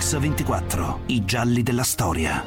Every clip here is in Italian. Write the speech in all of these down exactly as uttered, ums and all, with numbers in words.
Mix ventiquattro, i gialli della storia.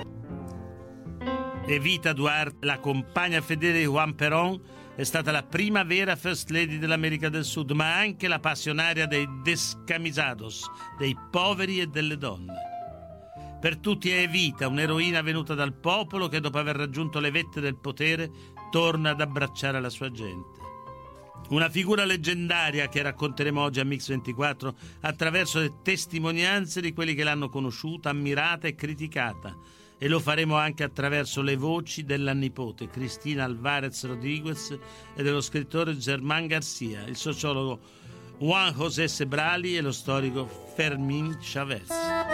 Evita Duarte, la compagna fedele di Juan Perón, è stata la prima vera First Lady dell'America del Sud, ma anche la passionaria dei descamisados, dei poveri e delle donne. Per tutti è Evita, un'eroina venuta dal popolo che dopo aver raggiunto le vette del potere torna ad abbracciare la sua gente. Una figura leggendaria che racconteremo oggi a Mix ventiquattro attraverso le testimonianze di quelli che l'hanno conosciuta, ammirata e criticata. E lo faremo anche attraverso le voci della nipote Cristina Alvarez Rodriguez e dello scrittore Germán García, il sociologo Juan José Cebrali e lo storico Fermín Chavez.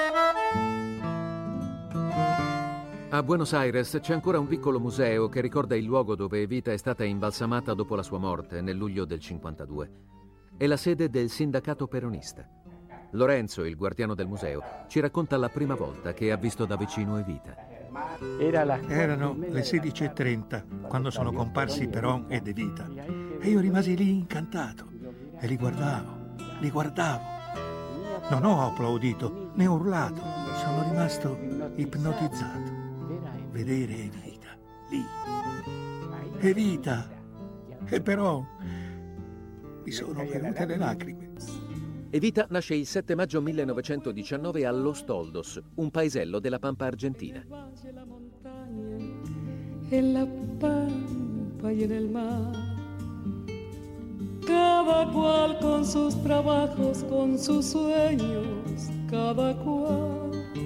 A Buenos Aires c'è ancora un piccolo museo che ricorda il luogo dove Evita è stata imbalsamata dopo la sua morte nel luglio del cinquantadue. È la sede del sindacato peronista. Lorenzo, il guardiano del museo, ci racconta la prima volta che ha visto da vicino Evita. Erano le sedici e trenta quando sono comparsi Perón ed Evita e io rimasi lì incantato e li guardavo, li guardavo. Non ho applaudito né urlato, sono rimasto ipnotizzato. Vedere Evita lì, Evita e Perón, mi sono venute le lacrime. Evita nasce il sette maggio millenovecentodiciannove a Los Toldos, un paesello della Pampa argentina. En la pampa y en el mar, cada cual con sus trabajos, con sus sueños, cada cual.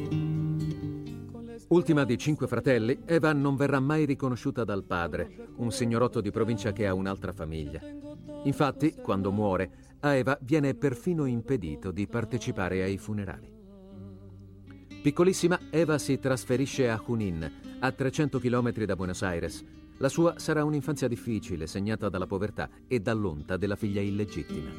Ultima di cinque fratelli, Eva non verrà mai riconosciuta dal padre, un signorotto di provincia che ha un'altra famiglia. Infatti, quando muore, a Eva viene perfino impedito di partecipare ai funerali. Piccolissima, Eva si trasferisce a Junín, a trecento chilometri da Buenos Aires. La sua sarà un'infanzia difficile, segnata dalla povertà e dall'onta della figlia illegittima.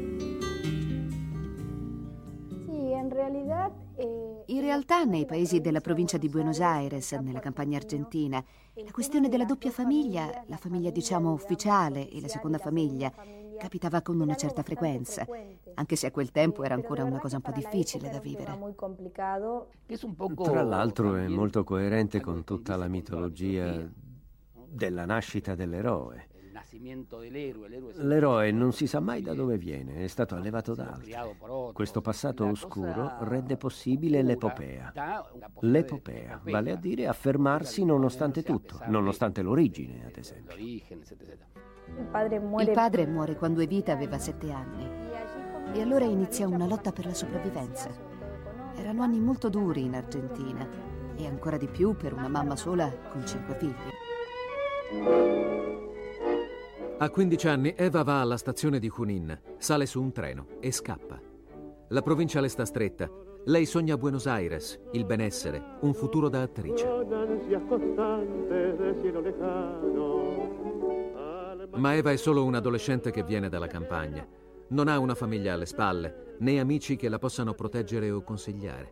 Sì, in realtà... In realtà nei paesi della provincia di Buenos Aires, nella campagna argentina, la questione della doppia famiglia, la famiglia diciamo ufficiale e la seconda famiglia, capitava con una certa frequenza, anche se a quel tempo era ancora una cosa un po' difficile da vivere. Tra l'altro è molto coerente con tutta la mitologia della nascita dell'eroe. L'eroe non si sa mai da dove viene, è stato allevato da altri. Questo passato oscuro rende possibile l'epopea. L'epopea, vale a dire affermarsi nonostante tutto, nonostante l'origine, ad esempio. Il padre muore quando Evita aveva sette anni e allora inizia una lotta per la sopravvivenza. Erano anni molto duri in Argentina e ancora di più per una mamma sola con cinque figli. A quindici anni Eva va alla stazione di Junín, sale su un treno e scappa. La provincia le sta stretta. Lei sogna Buenos Aires, il benessere, un futuro da attrice. Ma Eva è solo un adolescente che viene dalla campagna. Non ha una famiglia alle spalle, né amici che la possano proteggere o consigliare.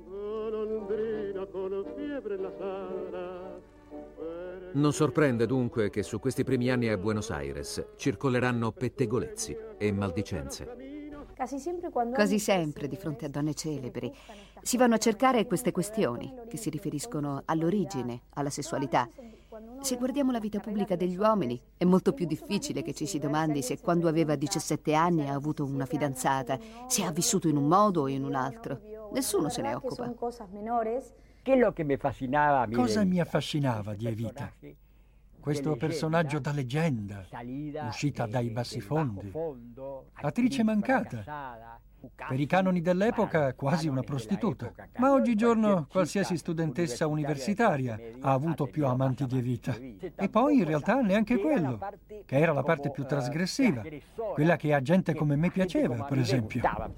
Non sorprende dunque che su questi primi anni a Buenos Aires circoleranno pettegolezzi e maldicenze. Quasi sempre di fronte a donne celebri si vanno a cercare queste questioni che si riferiscono all'origine, alla sessualità. Se guardiamo la vita pubblica degli uomini è molto più difficile che ci si domandi se quando aveva diciassette anni ha avuto una fidanzata, se ha vissuto in un modo o in un altro. Nessuno se ne occupa. Cosa mi affascinava di Evita? Questo personaggio da leggenda, uscita dai bassifondi, attrice mancata, per i canoni dell'epoca quasi una prostituta. Ma oggigiorno qualsiasi studentessa universitaria ha avuto più amanti di Evita. E poi in realtà neanche quello, che era la parte più trasgressiva, quella che a gente come me piaceva, per esempio.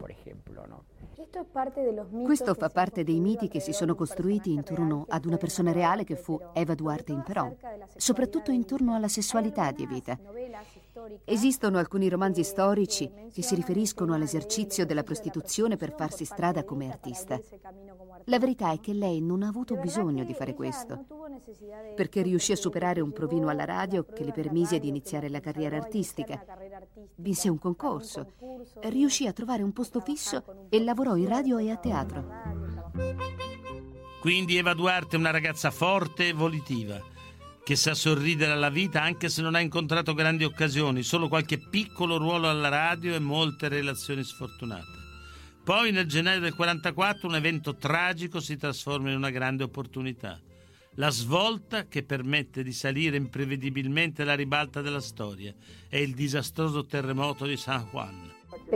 Questo fa parte dei miti che si sono costruiti intorno ad una persona reale che fu Eva Duarte in Perón, soprattutto intorno alla sessualità di Evita. Esistono alcuni romanzi storici che si riferiscono all'esercizio della prostituzione per farsi strada come artista. La verità è che lei non ha avuto bisogno di fare questo, perché riuscì a superare un provino alla radio che le permise di iniziare la carriera artistica. Vinse un concorso, riuscì a trovare un posto fisso e lavorò in radio e a teatro. Quindi Eva Duarte è una ragazza forte e volitiva, che sa sorridere alla vita anche se non ha incontrato grandi occasioni, solo qualche piccolo ruolo alla radio e molte relazioni sfortunate. Poi nel gennaio del quarantaquattro un evento tragico si trasforma in una grande opportunità. La svolta che permette di salire imprevedibilmente alla ribalta della storia è il disastroso terremoto di San Juan.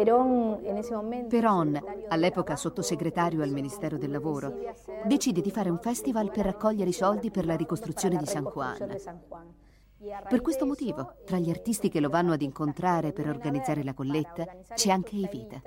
Perón, all'epoca sottosegretario al Ministero del Lavoro, decide di fare un festival per raccogliere i soldi per la ricostruzione di San Juan. Per questo motivo, tra gli artisti che lo vanno ad incontrare per organizzare la colletta, c'è anche Evita.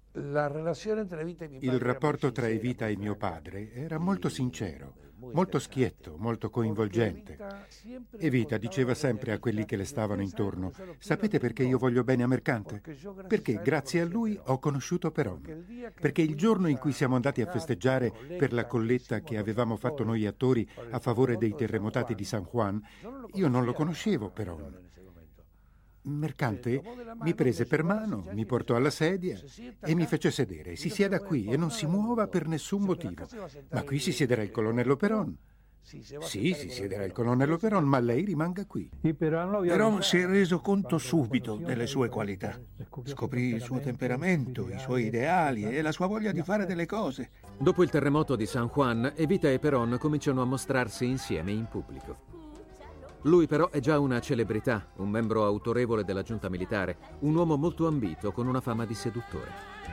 Il rapporto tra Evita e mio padre era molto sincero, molto schietto, molto coinvolgente. Evita diceva sempre a quelli che le stavano intorno: sapete perché io voglio bene a Mercante? Perché grazie a lui ho conosciuto Perón. Perché il giorno in cui siamo andati a festeggiare per la colletta che avevamo fatto noi attori a favore dei terremotati di San Juan, io non lo conoscevo Perón. Mercante mi prese per mano, mi portò alla sedia e mi fece sedere. Si sieda qui e non si muova per nessun motivo. Ma qui si siederà il colonnello Perón. Sì, si siederà il colonnello Perón, ma lei rimanga qui. Perón si è reso conto subito delle sue qualità. Scoprì il suo temperamento, i suoi ideali e la sua voglia di fare delle cose. Dopo il terremoto di San Juan, Evita e Perón cominciano a mostrarsi insieme in pubblico. Lui però è già una celebrità, un membro autorevole della giunta militare, un uomo molto ambito con una fama di seduttore.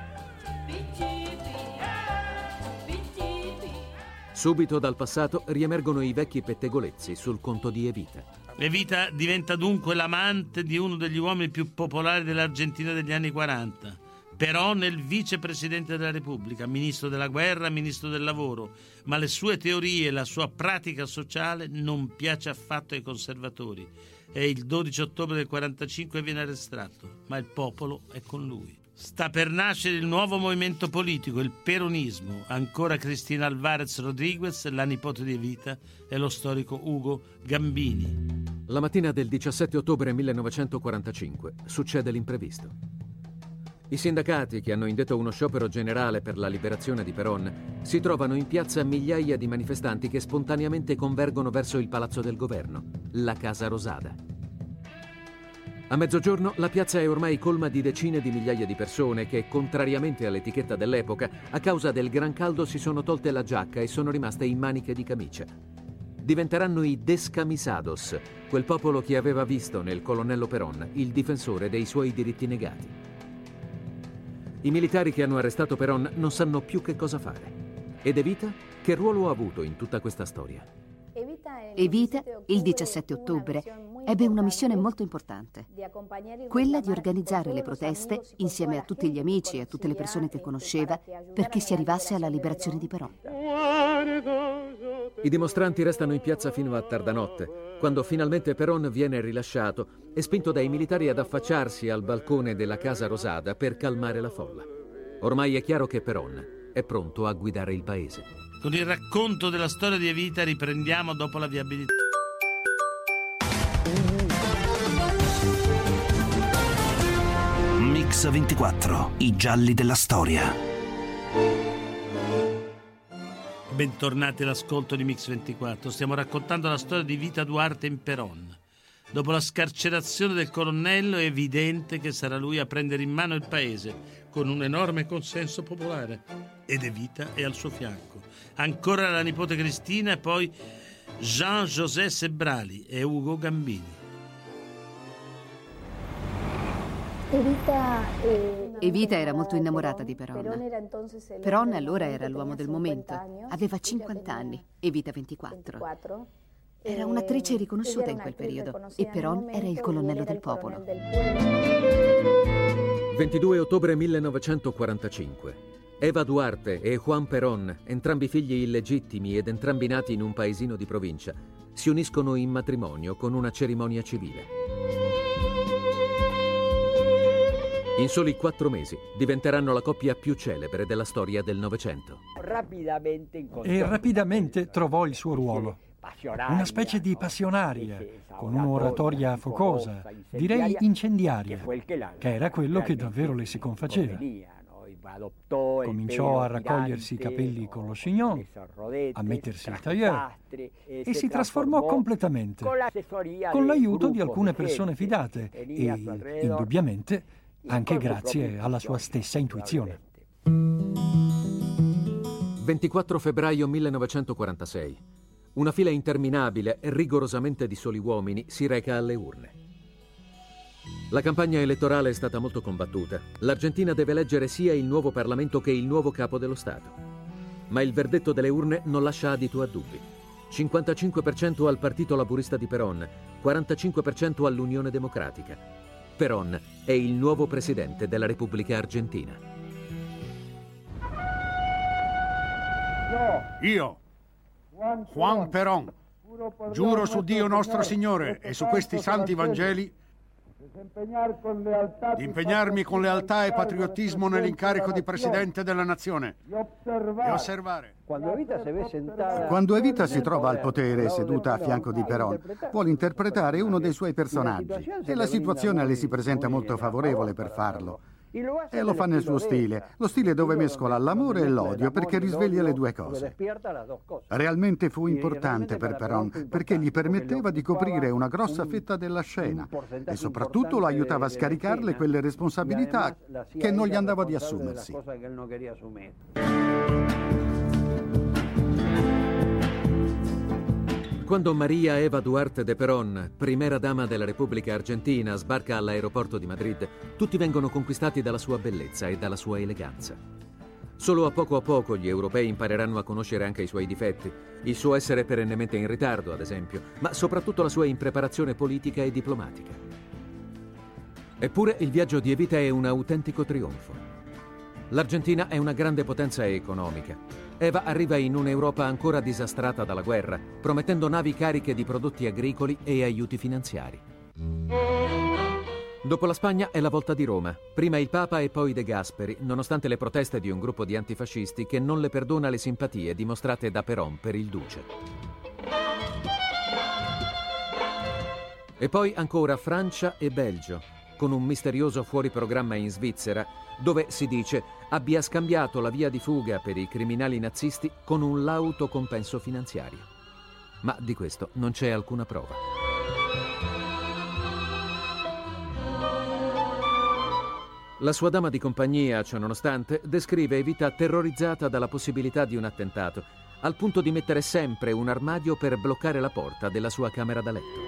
Subito dal passato riemergono i vecchi pettegolezzi sul conto di Evita. Evita diventa dunque l'amante di uno degli uomini più popolari dell'Argentina degli anni quaranta. Perón è il vicepresidente della Repubblica, ministro della guerra, ministro del lavoro, ma le sue teorie e la sua pratica sociale non piace affatto ai conservatori e il dodici ottobre del quarantacinque viene arrestato, ma il popolo è con lui. Sta per nascere il nuovo movimento politico, il peronismo. Ancora Cristina Álvarez Rodríguez, la nipote di Evita, e lo storico Ugo Gambini. La mattina del diciassette ottobre millenovecentoquarantacinque succede l'imprevisto. I sindacati, che hanno indetto uno sciopero generale per la liberazione di Perón, si trovano in piazza migliaia di manifestanti che spontaneamente convergono verso il palazzo del governo, la Casa Rosada. A mezzogiorno la piazza è ormai colma di decine di migliaia di persone che, contrariamente all'etichetta dell'epoca, a causa del gran caldo si sono tolte la giacca e sono rimaste in maniche di camicia. Diventeranno i descamisados, quel popolo che aveva visto nel colonnello Perón il difensore dei suoi diritti negati. I militari che hanno arrestato Perón non sanno più che cosa fare. Ed Evita che ruolo ha avuto in tutta questa storia? Evita, il diciassette ottobre, ebbe una missione molto importante, quella di organizzare le proteste insieme a tutti gli amici e a tutte le persone che conosceva perché si arrivasse alla liberazione di Perón. I dimostranti restano in piazza fino a tarda notte, quando finalmente Perón viene rilasciato e spinto dai militari ad affacciarsi al balcone della Casa Rosada per calmare la folla. Ormai è chiaro che Perón è pronto a guidare il paese. Con il racconto della storia di Evita riprendiamo dopo la viabilità. Mix ventiquattro, i gialli della storia. Bentornati all'ascolto di Mix ventiquattro. Stiamo raccontando la storia di Evita Duarte in Perón. Dopo la scarcerazione del colonnello è evidente che sarà lui a prendere in mano il paese con un enorme consenso popolare ed Evita è al suo fianco. Ancora la nipote Cristina e poi Jean-José Sebrali e Ugo Gambini. Evita, eh, Evita era molto innamorata di Perón. Perón allora era l'uomo del momento, aveva cinquanta anni, Evita ventiquattro. Era un'attrice riconosciuta in quel periodo e Perón era il colonnello del popolo. ventidue ottobre millenovecentoquarantacinque. Eva Duarte e Juan Perón, entrambi figli illegittimi ed entrambi nati in un paesino di provincia, si uniscono in matrimonio con una cerimonia civile. In soli quattro mesi diventeranno la coppia più celebre della storia del Novecento. E rapidamente trovò il suo ruolo. Una specie di passionaria, con un'oratoria focosa, direi incendiaria, che era quello che davvero le si confaceva. Cominciò a raccogliersi i capelli con lo chignon, a mettersi il tailleur e si trasformò completamente, con l'aiuto di alcune persone fidate e, indubbiamente, anche grazie alla sua stessa intuizione. ventiquattro febbraio millenovecentoquarantasei. Una fila interminabile e rigorosamente di soli uomini si reca alle urne. La campagna elettorale è stata molto combattuta. L'Argentina deve eleggere sia il nuovo Parlamento che il nuovo capo dello Stato. Ma il verdetto delle urne non lascia adito a dubbi. cinquantacinque per cento al Partito Laburista di Perón, quarantacinque per cento all'Unione Democratica. Perón è il nuovo presidente della Repubblica Argentina. Io, Juan Perón, giuro su Dio nostro Signore e su questi santi Vangeli di impegnarmi con lealtà e patriottismo nell'incarico di Presidente della Nazione e osservare. Quando Evita si trova al potere, seduta a fianco di Perón, vuole interpretare uno dei suoi personaggi e la situazione le si presenta molto favorevole per farlo. E lo fa nel suo stile, lo stile dove mescola l'amore e l'odio perché risveglia le due cose. Realmente fu importante per Perón perché gli permetteva di coprire una grossa fetta della scena e soprattutto lo aiutava a scaricarle quelle responsabilità che non gli andava di assumersi. Quando María Eva Duarte de Perón, primera dama della Repubblica Argentina, sbarca all'aeroporto di Madrid, tutti vengono conquistati dalla sua bellezza e dalla sua eleganza. Solo a poco a poco gli europei impareranno a conoscere anche i suoi difetti, il suo essere perennemente in ritardo, ad esempio, ma soprattutto la sua impreparazione politica e diplomatica. Eppure il viaggio di Evita è un autentico trionfo. L'Argentina è una grande potenza economica. Eva arriva in un'Europa ancora disastrata dalla guerra, promettendo navi cariche di prodotti agricoli e aiuti finanziari. Dopo la Spagna è la volta di Roma, prima il Papa e poi De Gasperi, nonostante le proteste di un gruppo di antifascisti che non le perdona le simpatie dimostrate da Perón per il Duce. E poi ancora Francia e Belgio, con un misterioso fuoriprogramma in Svizzera, dove si dice abbia scambiato la via di fuga per i criminali nazisti con un lauto compenso finanziario. Ma di questo non c'è alcuna prova. La sua dama di compagnia, ciononostante, descrive Evita terrorizzata dalla possibilità di un attentato, al punto di mettere sempre un armadio per bloccare la porta della sua camera da letto.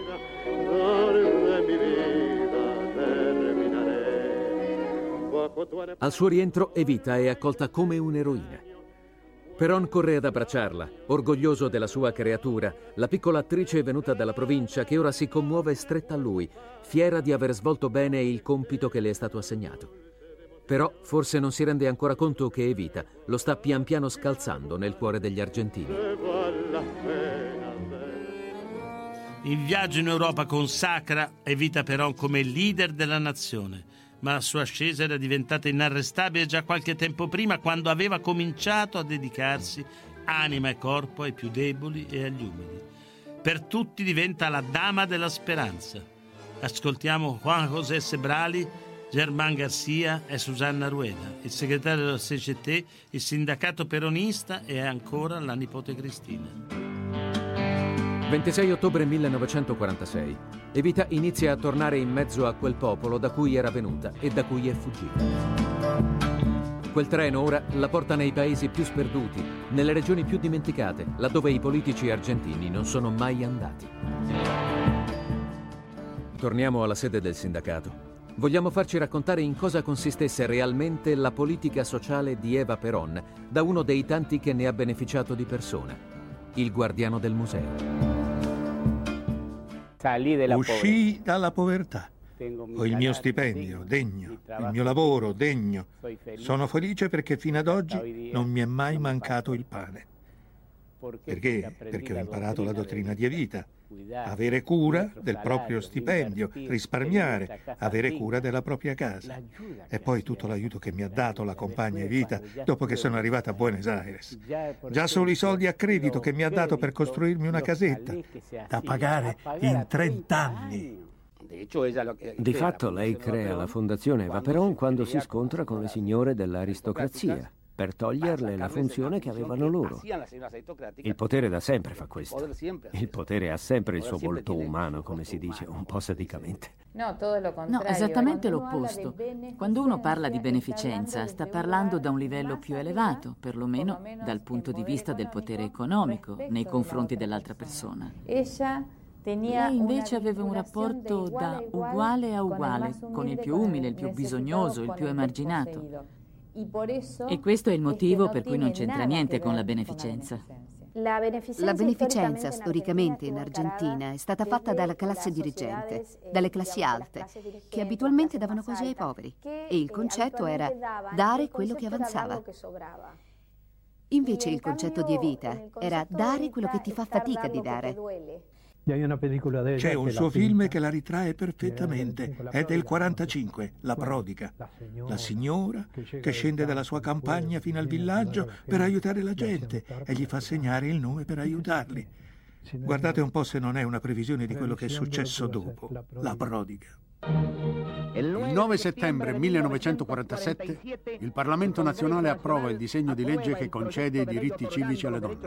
Al suo rientro Evita è accolta come un'eroina. Perón corre ad abbracciarla, orgoglioso della sua creatura, la piccola attrice venuta dalla provincia che ora si commuove stretta a lui, fiera di aver svolto bene il compito che le è stato assegnato. Però forse non si rende ancora conto che Evita lo sta pian piano scalzando nel cuore degli argentini. Il viaggio in Europa consacra Evita Perón come leader della nazione, ma la sua ascesa era diventata inarrestabile già qualche tempo prima, quando aveva cominciato a dedicarsi anima e corpo ai più deboli e agli umili. Per tutti diventa la dama della speranza. Ascoltiamo Juan José Cebrali, Germán García e Susanna Rueda, il segretario della C G T, il sindacato peronista e ancora la nipote Cristina. ventisei ottobre millenovecentoquarantasei. Evita inizia a tornare in mezzo a quel popolo da cui era venuta e da cui è fuggita. Quel treno ora la porta nei paesi più sperduti, nelle regioni più dimenticate, laddove i politici argentini non sono mai andati. Torniamo alla sede del sindacato. Vogliamo farci raccontare in cosa consistesse realmente la politica sociale di Eva Perón da uno dei tanti che ne ha beneficiato di persona, il guardiano del museo. Uscii dalla povertà. Ho il mio stipendio, degno, il mio lavoro, degno. Sono felice perché fino ad oggi non mi è mai mancato il pane. Perché? Perché ho imparato la dottrina di Evita. Avere cura del proprio stipendio, risparmiare, avere cura della propria casa. E poi tutto l'aiuto che mi ha dato la compagna Evita dopo che sono arrivata a Buenos Aires. Già solo i soldi a credito che mi ha dato per costruirmi una casetta, da pagare in trent'anni. Di fatto lei crea la Fondazione Eva Perón quando si scontra con le signore dell'aristocrazia, per toglierle la funzione che avevano loro. Il potere da sempre fa questo. Il potere ha sempre il suo volto umano, come si dice, un po' sadicamente. No, esattamente l'opposto. Quando uno parla di beneficenza, sta parlando da un livello più elevato, perlomeno dal punto di vista del potere economico nei confronti dell'altra persona. Lei invece aveva un rapporto da uguale a uguale con il più umile, il più bisognoso, il più emarginato. E questo è il motivo per cui non c'entra niente con la beneficenza. La beneficenza storicamente in Argentina è stata fatta dalla classe dirigente, dalle classi alte, che abitualmente davano cose ai poveri, e il concetto era dare quello che avanzava. Invece il concetto di Evita era dare quello che ti fa fatica di dare. C'è un suo film che la ritrae perfettamente, è del quarantacinque, La prodiga. La signora che scende dalla sua campagna fino al villaggio per aiutare la gente e gli fa segnare il nome per aiutarli. Guardate un po' se non è una previsione di quello che è successo dopo, La prodiga. Il nove settembre millenovecentoquarantasette il Parlamento nazionale approva il disegno di legge che concede i diritti civici alle donne.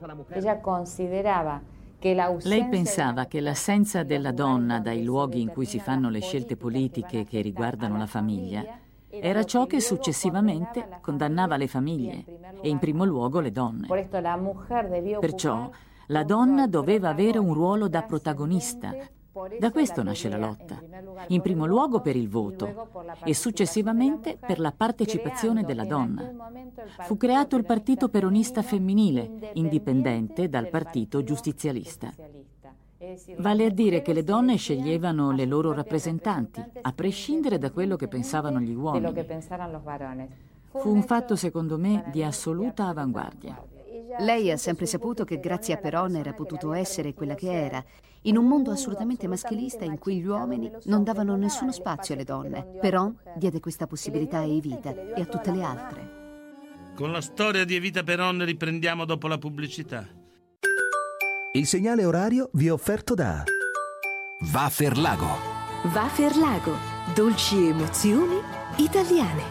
Lei pensava che l'assenza della donna dai luoghi in cui si fanno le scelte politiche che riguardano la famiglia era ciò che successivamente condannava le famiglie e in primo luogo le donne. Perciò la donna doveva avere un ruolo da protagonista. Da questo nasce la lotta, in primo luogo per il voto e successivamente per la partecipazione della donna. Fu creato il Partito Peronista Femminile, indipendente dal Partito Giustizialista. Vale a dire che le donne sceglievano le loro rappresentanti, a prescindere da quello che pensavano gli uomini. Fu un fatto, secondo me, di assoluta avanguardia. Lei ha sempre saputo che grazie a Perón era potuto essere quella che era, in un mondo assolutamente maschilista in cui gli uomini non davano nessuno spazio alle donne. Perón diede questa possibilità a Evita e a tutte le altre. Con la storia di Evita Perón riprendiamo dopo la pubblicità. Il segnale orario vi è offerto da Waferlago. Waferlago, dolci emozioni italiane.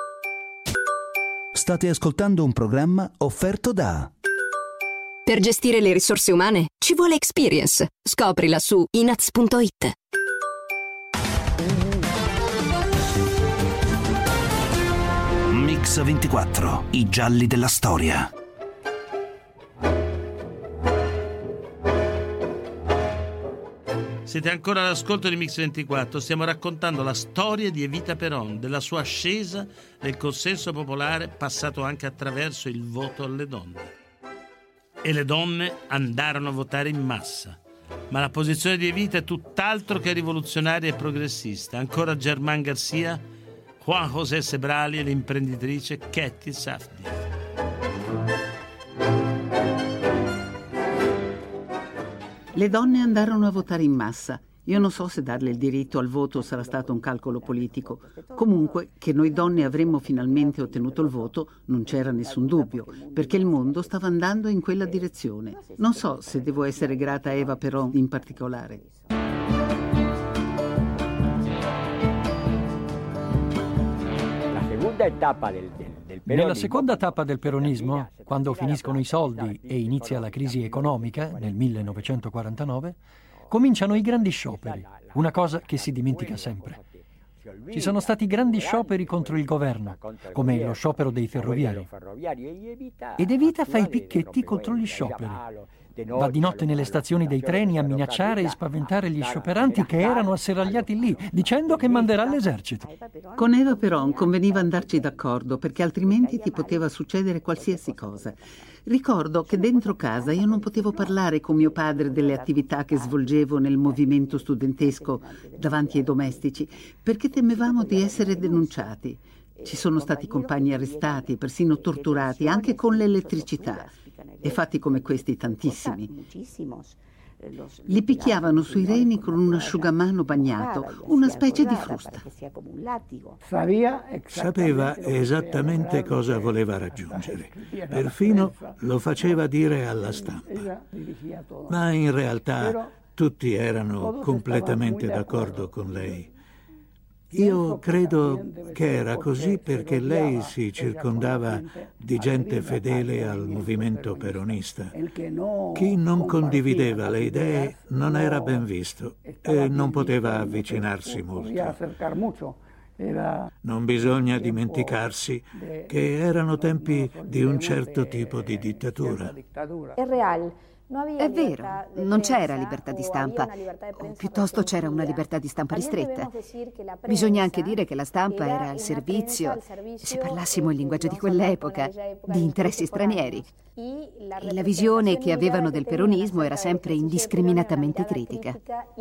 State ascoltando un programma offerto da... Per gestire le risorse umane ci vuole Experience. Scoprila su inaz punto it. Mix ventiquattro, i gialli della storia. Siete ancora all'ascolto di Mix ventiquattro, stiamo raccontando la storia di Evita Perón, della sua ascesa nel consenso popolare passato anche attraverso il voto alle donne. E le donne andarono a votare in massa. Ma la posizione di Evita è tutt'altro che rivoluzionaria e progressista. Ancora Germán García, Juan José Cebrali e l'imprenditrice Ketty Safdie. Le donne andarono a votare in massa. Io non so se darle il diritto al voto sarà stato un calcolo politico. Comunque, che noi donne avremmo finalmente ottenuto il voto non c'era nessun dubbio, perché il mondo stava andando in quella direzione. Non so se devo essere grata a Eva Perón in particolare. Nella seconda tappa del peronismo, quando finiscono i soldi e inizia la crisi economica, nel millenovecentoquarantanove, cominciano i grandi scioperi, una cosa che si dimentica sempre. Ci sono stati grandi scioperi contro il governo, come lo sciopero dei ferroviari. Ed Evita fa i picchetti contro gli scioperi. Va di notte nelle stazioni dei treni a minacciare e spaventare gli scioperanti che erano asserragliati lì, dicendo che manderà l'esercito. Con Eva Perón conveniva andarci d'accordo, perché altrimenti ti poteva succedere qualsiasi cosa. Ricordo che dentro casa io non potevo parlare con mio padre delle attività che svolgevo nel movimento studentesco davanti ai domestici, perché temevamo di essere denunciati. Ci sono stati compagni arrestati, persino torturati, anche con l'elettricità. E fatti come questi tantissimi. Li picchiavano sui reni con un asciugamano bagnato, una specie di frusta. Sapeva esattamente cosa voleva raggiungere. Perfino lo faceva dire alla stampa. Ma in realtà Tutti erano completamente d'accordo con lei. Io credo che era così perché lei si circondava di gente fedele al movimento peronista. Chi non condivideva le idee non era ben visto e non poteva avvicinarsi molto. Non bisogna dimenticarsi che erano tempi di un certo tipo di dittatura. È real. È vero, non c'era libertà di stampa, o piuttosto c'era una libertà di stampa ristretta. Bisogna anche dire che la stampa era al servizio, se parlassimo il linguaggio di quell'epoca, di interessi stranieri. E la visione che avevano del peronismo era sempre indiscriminatamente critica.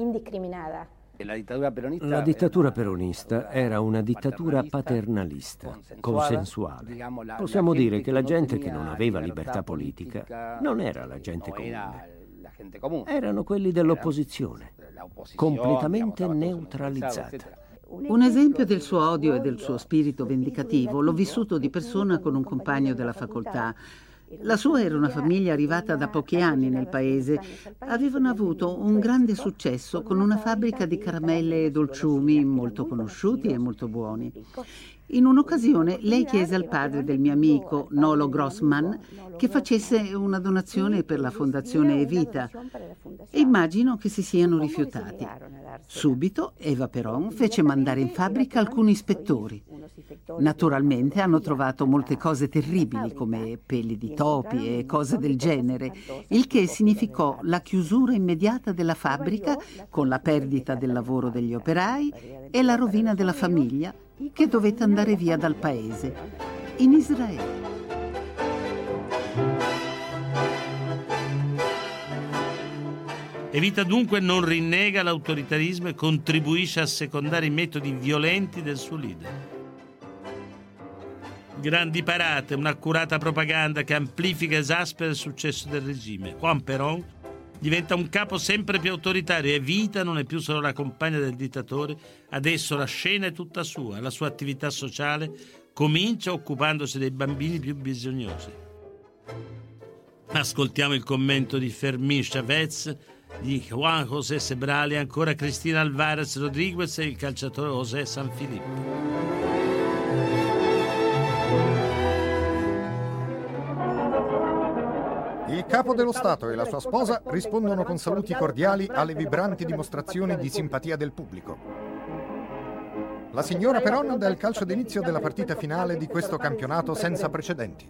La dittatura peronista era una dittatura paternalista, consensuale. Possiamo dire che la gente che non aveva libertà politica non era la gente comune. Erano quelli dell'opposizione, completamente neutralizzata. Un esempio del suo odio e del suo spirito vendicativo l'ho vissuto di persona con un compagno della facoltà. La sua era una famiglia arrivata da pochi anni nel paese. Avevano avuto un grande successo con una fabbrica di caramelle e dolciumi molto conosciuti e molto buoni. In un'occasione lei chiese al padre del mio amico, Nolo Grossman, che facesse una donazione per la Fondazione Evita e immagino che si siano rifiutati. Subito Eva Peron fece mandare in fabbrica alcuni ispettori. Naturalmente hanno trovato molte cose terribili come peli di topi e cose del genere, il che significò la chiusura immediata della fabbrica con la perdita del lavoro degli operai e la rovina della famiglia che dovette andare via dal paese, in Israele. Evita dunque non rinnega l'autoritarismo e contribuisce a secondare i metodi violenti del suo leader. Grandi parate, un'accurata propaganda che amplifica e esaspera il successo del regime. Juan Perón diventa un capo sempre più autoritario e Evita non è più solo la compagna del dittatore, adesso la scena è tutta sua, la sua attività sociale comincia occupandosi dei bambini più bisognosi. Ascoltiamo il commento di Fermín Chavez, di Juan José Sebral e ancora Cristina Alvarez Rodriguez e il calciatore José Sanfilippo. Il capo dello Stato e la sua sposa rispondono con saluti cordiali alle vibranti dimostrazioni di simpatia del pubblico. La signora Perón dà il calcio d'inizio della partita finale di questo campionato senza precedenti.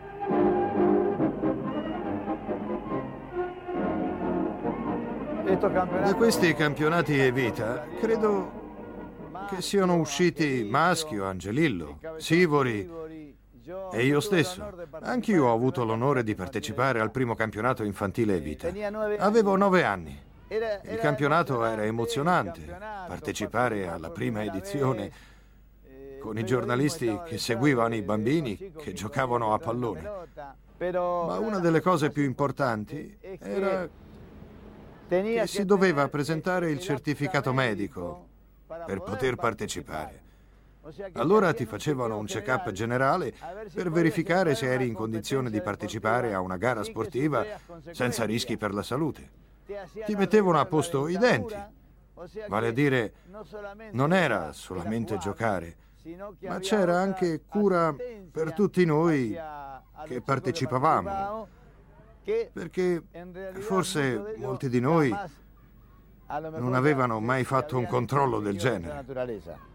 Da questi campionati Evita, credo che siano usciti Maschio, Angelillo, Sivori e io stesso. Anch'io ho avuto l'onore di partecipare al primo campionato infantile Evita. Avevo nove anni. Il campionato era emozionante. Partecipare alla prima edizione con i giornalisti che seguivano i bambini che giocavano a pallone. Ma una delle cose più importanti era che si doveva presentare il certificato medico per poter partecipare. Allora ti facevano un check-up generale per verificare se eri in condizione di partecipare a una gara sportiva senza rischi per la salute. Ti mettevano a posto i denti, vale a dire, non era solamente giocare, ma c'era anche cura per tutti noi che partecipavamo, perché forse molti di noi non avevano mai fatto un controllo del genere.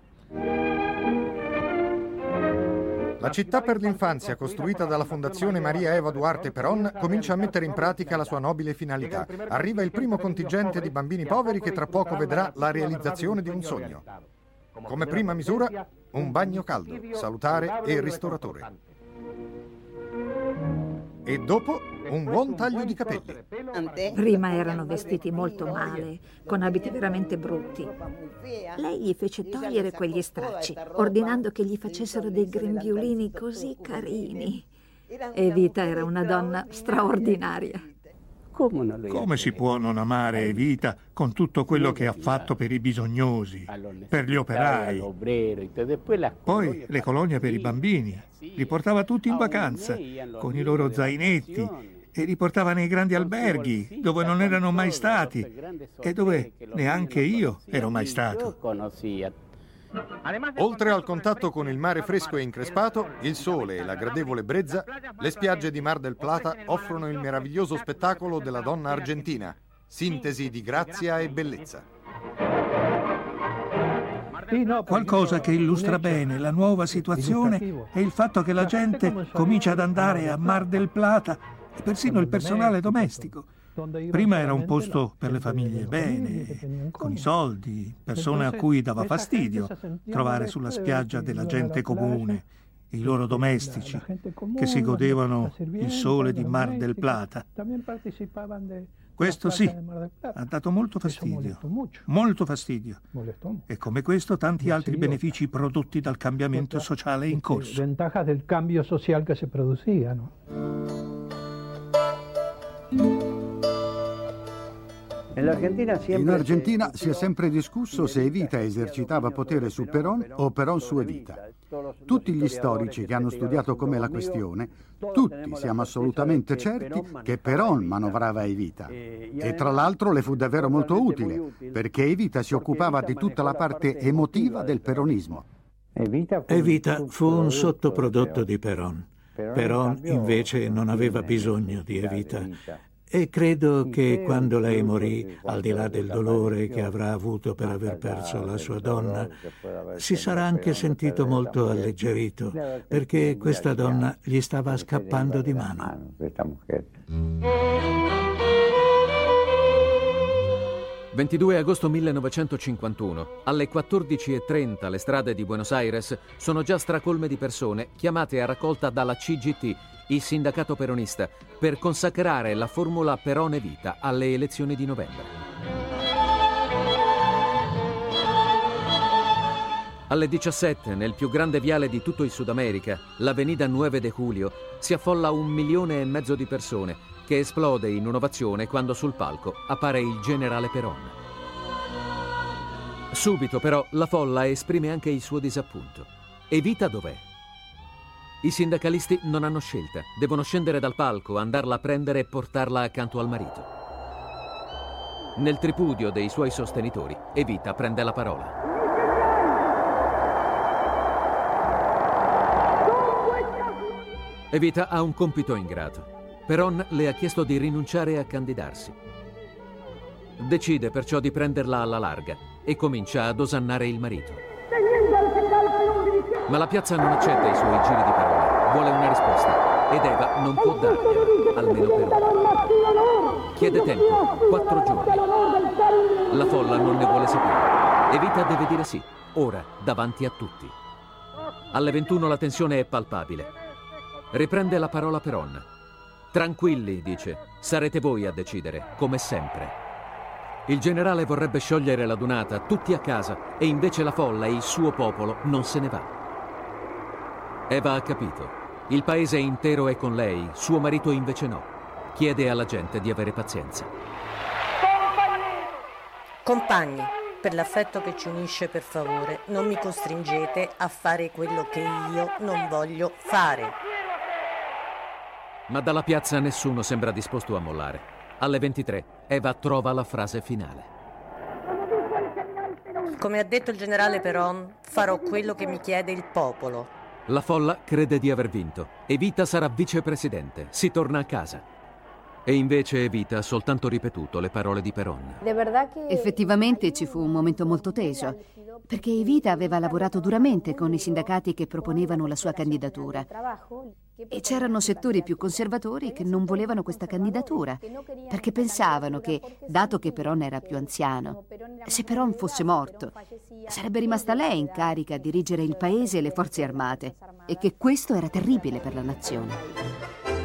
La città per l'infanzia, costruita dalla Fondazione Maria Eva Duarte Perón, comincia a mettere in pratica la sua nobile finalità. Arriva il primo contingente di bambini poveri che tra poco vedrà la realizzazione di un sogno. Come prima misura, un bagno caldo, salutare e ristoratore. E dopo un buon taglio di capelli. Prima erano vestiti molto male, con abiti veramente brutti. Lei gli fece togliere quegli stracci, ordinando che gli facessero dei grembiulini così carini. Evita era una donna straordinaria. Come si può non amare Evita con tutto quello che ha fatto per i bisognosi, per gli operai? Poi le colonie per i bambini. Li portava tutti in vacanza, con i loro zainetti, e li portava nei grandi alberghi dove non erano mai stati e dove neanche io ero mai stato. Oltre al contatto con il mare fresco e increspato, il sole e la gradevole brezza, le spiagge di Mar del Plata offrono il meraviglioso spettacolo della donna argentina, sintesi di grazia e bellezza. Qualcosa che illustra bene la nuova situazione è il fatto che la gente comincia ad andare a Mar del Plata e persino il personale domestico. Prima era un posto per le famiglie bene, con i soldi, persone a cui dava fastidio trovare sulla spiaggia della gente comune, i loro domestici, che si godevano il sole di Mar del Plata. Questo sì, ha dato molto fastidio, molto fastidio. E come questo tanti altri benefici prodotti dal cambiamento sociale in corso. Ventajas del cambio social che si producía, no? In Argentina si è sempre discusso se Evita esercitava potere su Perón o Perón su Evita. Tutti gli storici che hanno studiato com'è la questione, tutti siamo assolutamente certi che Perón manovrava Evita. E tra l'altro le fu davvero molto utile, perché Evita si occupava di tutta la parte emotiva del peronismo. Evita fu un sottoprodotto di Perón. Perón invece non aveva bisogno di Evita. E credo che quando lei morì, al di là del dolore che avrà avuto per aver perso la sua donna, si sarà anche sentito molto alleggerito, perché questa donna gli stava scappando di mano. ventidue agosto millenovecentocinquantuno, alle quattordici e trenta le strade di Buenos Aires sono già stracolme di persone chiamate a raccolta dalla C G T, il sindacato peronista, per consacrare la formula Perón-Evita alle elezioni di novembre. Alle diciassette, nel più grande viale di tutto il Sud America, l'Avenida nueve de Julio, si affolla un milione e mezzo di persone, che esplode in un'ovazione quando sul palco appare il generale Perón. Subito però la folla esprime anche il suo disappunto. Evita dov'è? I sindacalisti non hanno scelta, devono scendere dal palco, andarla a prendere e portarla accanto al marito. Nel tripudio dei suoi sostenitori, Evita prende la parola. Evita ha un compito ingrato. Perón le ha chiesto di rinunciare a candidarsi. Decide perciò di prenderla alla larga e comincia ad osannare il marito. Ma la piazza non accetta i suoi giri di parole, vuole una risposta ed Eva non può dargliela, almeno per ora. Chiede tempo, quattro giorni. La folla non ne vuole sapere. Evita deve dire sì, ora, davanti a tutti. Alle ventuno la tensione è palpabile. Riprende la parola Perón. Tranquilli, dice, sarete voi a decidere, come sempre. Il generale vorrebbe sciogliere la dunata, tutti a casa, e invece la folla e il suo popolo non se ne va. Eva ha capito. Il paese intero è con lei, suo marito invece no. Chiede alla gente di avere pazienza. Compagni, per l'affetto che ci unisce, per favore, non mi costringete a fare quello che io non voglio fare. Ma dalla piazza nessuno sembra disposto a mollare. Alle ventitré Eva trova la frase finale. Come ha detto il generale Perón, farò quello che mi chiede il popolo. La folla crede di aver vinto. Evita sarà vicepresidente. Si torna a casa. E invece Evita ha soltanto ripetuto le parole di Perón. Effettivamente ci fu un momento molto teso, perché Evita aveva lavorato duramente con i sindacati che proponevano la sua candidatura. E c'erano settori più conservatori che non volevano questa candidatura, perché pensavano che, dato che Perón era più anziano, se Perón fosse morto, sarebbe rimasta lei in carica a dirigere il paese e le forze armate, e che questo era terribile per la nazione.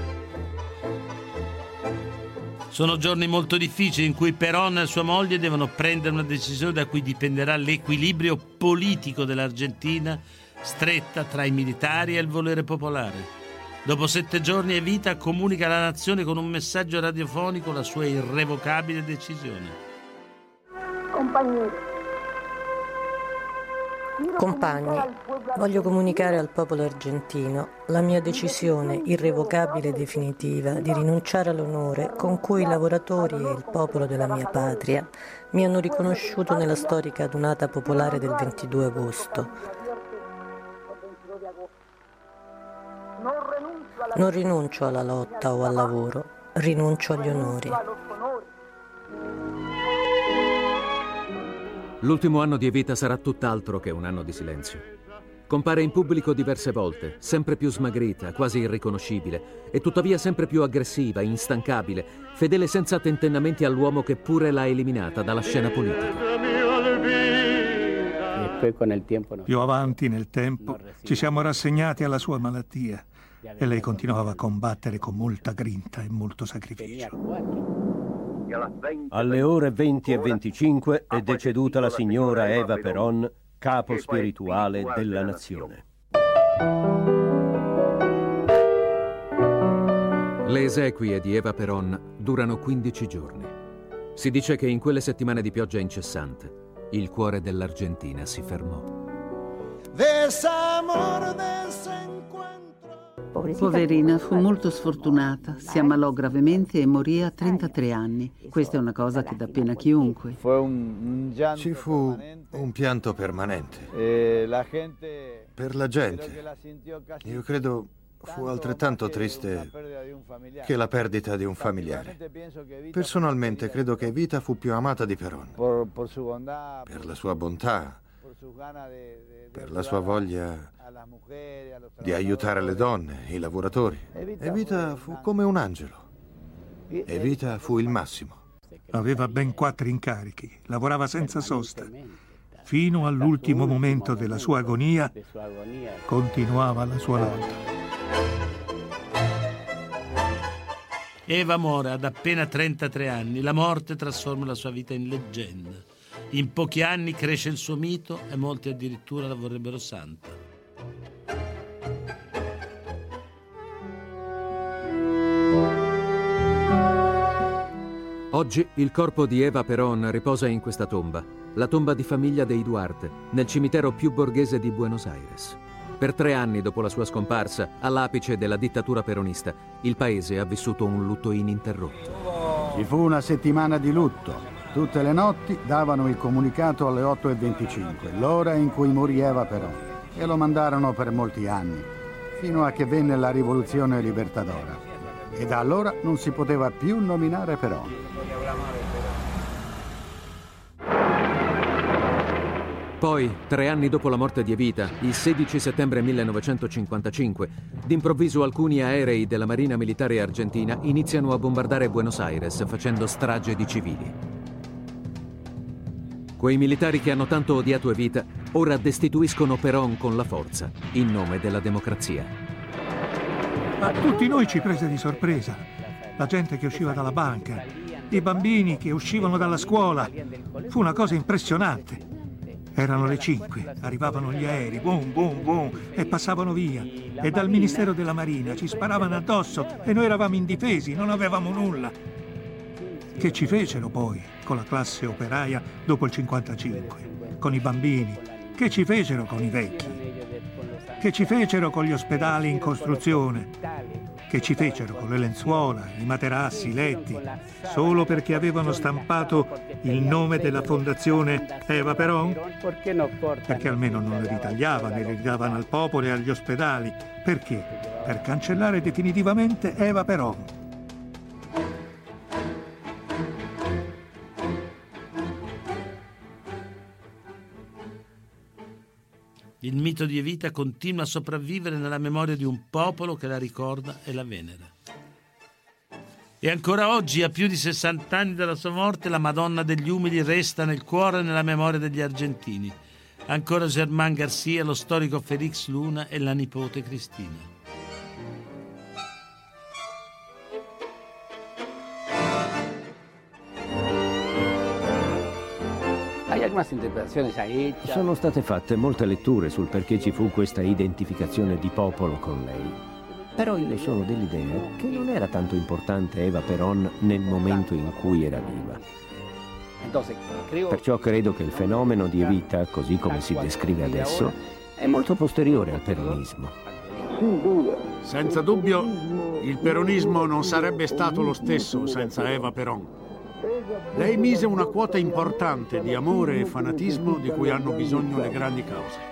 Sono giorni molto difficili in cui Perón e sua moglie devono prendere una decisione da cui dipenderà l'equilibrio politico dell'Argentina, stretta tra i militari e il volere popolare. Dopo sette giorni Evita comunica alla nazione con un messaggio radiofonico la sua irrevocabile decisione. Compañeros, Compagni, voglio comunicare al popolo argentino la mia decisione irrevocabile e definitiva di rinunciare all'onore con cui i lavoratori e il popolo della mia patria mi hanno riconosciuto nella storica adunata popolare del ventidue agosto. Non rinuncio alla lotta o al lavoro, rinuncio agli onori. L'ultimo anno di Evita sarà tutt'altro che un anno di silenzio. Compare in pubblico diverse volte, sempre più smagrita, quasi irriconoscibile, e tuttavia sempre più aggressiva, instancabile, fedele senza tentennamenti all'uomo che pure l'ha eliminata dalla scena politica. Più avanti nel tempo ci siamo rassegnati alla sua malattia e lei continuava a combattere con molta grinta e molto sacrificio. Alle ore venti e venticinque è deceduta la signora Eva Perón, capo spirituale della nazione. Le esequie di Eva Perón durano quindici giorni. Si dice che in quelle settimane di pioggia incessante il cuore dell'Argentina si fermò. Poverina, fu molto sfortunata, si ammalò gravemente e morì a trentatré anni. Questa è una cosa che dà pena a chiunque. Ci fu un pianto permanente. Per la gente. Io credo fu altrettanto triste che la perdita di un familiare. Personalmente credo che Evita fu più amata di Perón. Per la sua bontà, per la sua voglia di aiutare le donne, i lavoratori. Evita fu come un angelo. Evita fu il massimo. Aveva ben quattro incarichi, lavorava senza sosta. Fino all'ultimo momento della sua agonia, continuava la sua lotta. Eva muore ad appena trentatré anni. La morte trasforma la sua vita in leggenda. In pochi anni cresce il suo mito e molti addirittura la vorrebbero santa. Oggi il corpo di Eva Perón riposa in questa tomba, la tomba di famiglia dei Duarte, nel cimitero più borghese di Buenos Aires. Per tre anni dopo la sua scomparsa, all'apice della dittatura peronista, il paese ha vissuto un lutto ininterrotto. Ci fu una settimana di lutto. Tutte le notti davano il comunicato alle otto e venticinque, l'ora in cui morì Eva Perón, e lo mandarono per molti anni, fino a che venne la rivoluzione libertadora. E da allora non si poteva più nominare Perón. Poi, tre anni dopo la morte di Evita, il sedici settembre millenovecentocinquantacinque, d'improvviso alcuni aerei della Marina Militare Argentina iniziano a bombardare Buenos Aires, facendo strage di civili. Quei militari che hanno tanto odiato Evita ora destituiscono Perón con la forza, in nome della democrazia. A tutti noi ci prese di sorpresa. La gente che usciva dalla banca, i bambini che uscivano dalla scuola. Fu una cosa impressionante. Erano le cinque, arrivavano gli aerei, boom, boom, boom, e passavano via. E dal Ministero della Marina ci sparavano addosso e noi eravamo indifesi, non avevamo nulla. Che ci fecero poi con la classe operaia dopo il cinquantacinque, con i bambini? Che ci fecero con i vecchi? Che ci fecero con gli ospedali in costruzione? Che ci fecero con le lenzuola, i materassi, i letti, solo perché avevano stampato il nome della fondazione Eva Perón? Perché almeno non le ritagliavano e le ridavano al popolo e agli ospedali. Perché? Per cancellare definitivamente Eva Perón. Il mito di Evita continua a sopravvivere nella memoria di un popolo che la ricorda e la venera. E ancora oggi, a più di sessanta anni dalla sua morte, la Madonna degli Umili resta nel cuore e nella memoria degli argentini. Ancora Germán García, lo storico Félix Luna e la nipote Cristina. Sono state fatte molte letture sul perché ci fu questa identificazione di popolo con lei. Però io sono dell'idea che non era tanto importante Eva Perón nel momento in cui era viva. Perciò credo che il fenomeno di Evita, così come si descrive adesso, è molto posteriore al peronismo. Senza dubbio, il peronismo non sarebbe stato lo stesso senza Eva Perón. Lei mise una quota importante di amore e fanatismo di cui hanno bisogno le grandi cause.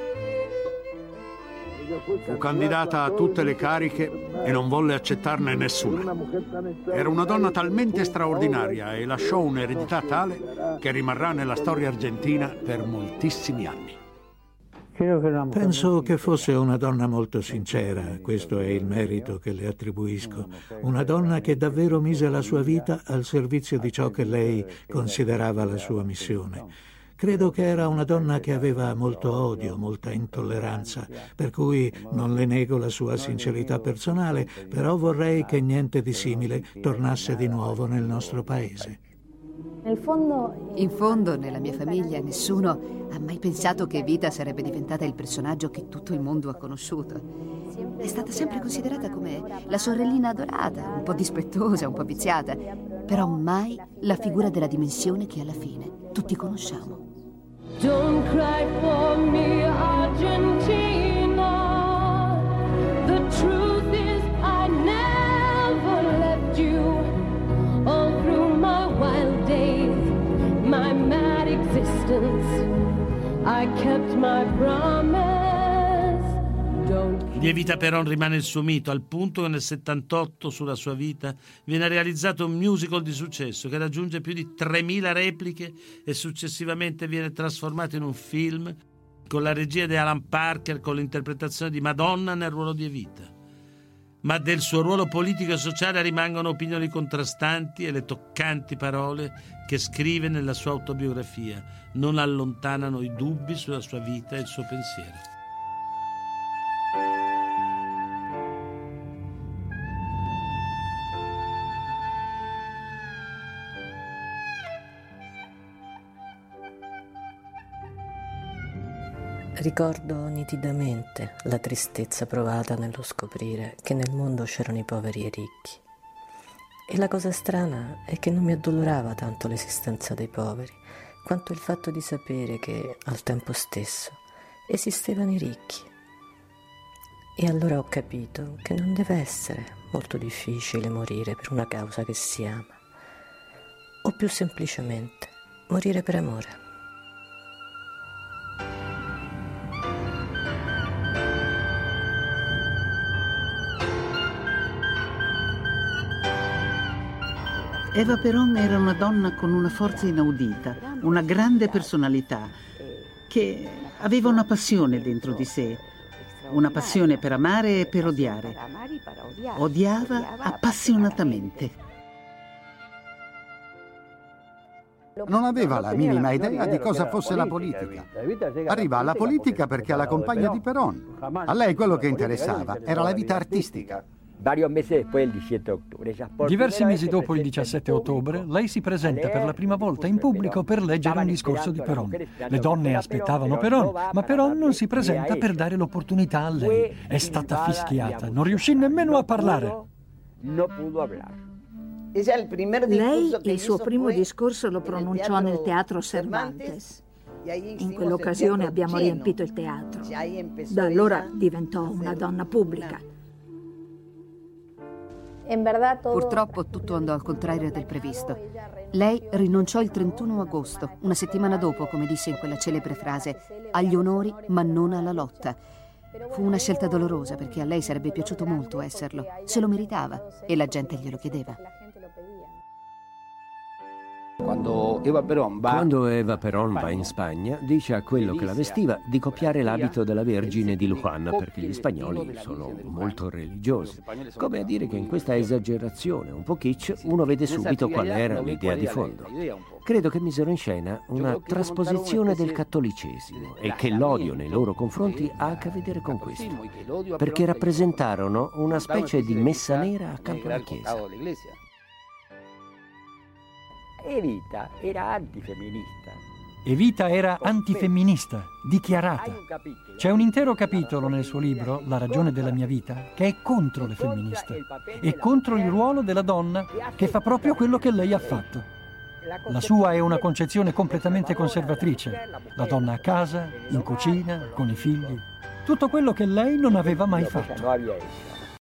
Fu candidata a tutte le cariche e non volle accettarne nessuna. Era una donna talmente straordinaria e lasciò un'eredità tale che rimarrà nella storia argentina per moltissimi anni. Penso che fosse una donna molto sincera, questo è il merito che le attribuisco. Una donna che davvero mise la sua vita al servizio di ciò che lei considerava la sua missione. Credo che era una donna che aveva molto odio, molta intolleranza, per cui non le nego la sua sincerità personale, però vorrei che niente di simile tornasse di nuovo nel nostro paese. In fondo, nella mia famiglia, nessuno ha mai pensato che Evita sarebbe diventata il personaggio che tutto il mondo ha conosciuto. È stata sempre considerata come la sorellina adorata, un po' dispettosa, un po' viziata, però mai la figura della dimensione che alla fine tutti conosciamo. Don't cry for me, Argentina. The truth is I never left you. All through my wild days, my mad existence, I kept my promise. Don't... Di Evita Perón rimane il suo mito, al punto che nel settantotto sulla sua vita viene realizzato un musical di successo che raggiunge più di tremila repliche e successivamente viene trasformato in un film con la regia di Alan Parker, con l'interpretazione di Madonna nel ruolo di Evita. Ma del suo ruolo politico e sociale rimangono opinioni contrastanti e le toccanti parole che scrive nella sua autobiografia non allontanano i dubbi sulla sua vita e il suo pensiero. Ricordo nitidamente la tristezza provata nello scoprire che nel mondo c'erano i poveri e i ricchi. E la cosa strana è che non mi addolorava tanto l'esistenza dei poveri, quanto il fatto di sapere che, al tempo stesso, esistevano i ricchi. E allora ho capito che non deve essere molto difficile morire per una causa che si ama, o più semplicemente morire per amore. Eva Perón era una donna con una forza inaudita, una grande personalità, che aveva una passione dentro di sé, una passione per amare e per odiare. Odiava appassionatamente. Non aveva la minima idea di cosa fosse la politica. Arriva alla politica perché è la compagna di Perón. A lei quello che interessava era la vita artistica. Diversi mesi dopo il diciassette ottobre, lei si presenta per la prima volta in pubblico per leggere un discorso di Perón. Le donne aspettavano Perón, ma Perón non si presenta per dare l'opportunità a lei. È stata fischiata, non riuscì nemmeno a parlare. Lei il suo primo discorso lo pronunciò nel Teatro Cervantes. In quell'occasione abbiamo riempito il teatro. Da allora diventò una donna pubblica. Purtroppo tutto andò al contrario del previsto. Lei rinunciò il trentuno agosto, una settimana dopo, come disse in quella celebre frase, agli onori ma non alla lotta. Fu una scelta dolorosa perché a lei sarebbe piaciuto molto esserlo, se lo meritava e la gente glielo chiedeva. Quando Eva Perón va, Quando Eva Perón va in Spagna, dice a quello che la vestiva di copiare l'abito della Vergine di Luján, perché gli spagnoli sono molto religiosi. Come a dire che in questa esagerazione un po' kitsch uno vede subito qual era l'idea di fondo. Credo che misero in scena una trasposizione del cattolicesimo e che l'odio nei loro confronti ha a che vedere con questo, perché rappresentarono una specie di messa nera accanto alla Chiesa. Evita era antifemminista. Evita era antifemminista, dichiarata. C'è un intero capitolo nel suo libro, La ragione della mia vita, che è contro le femministe e contro il ruolo della donna che fa proprio quello che lei ha fatto. La sua è una concezione completamente conservatrice. La donna a casa, in cucina, con i figli. Tutto quello che lei non aveva mai fatto.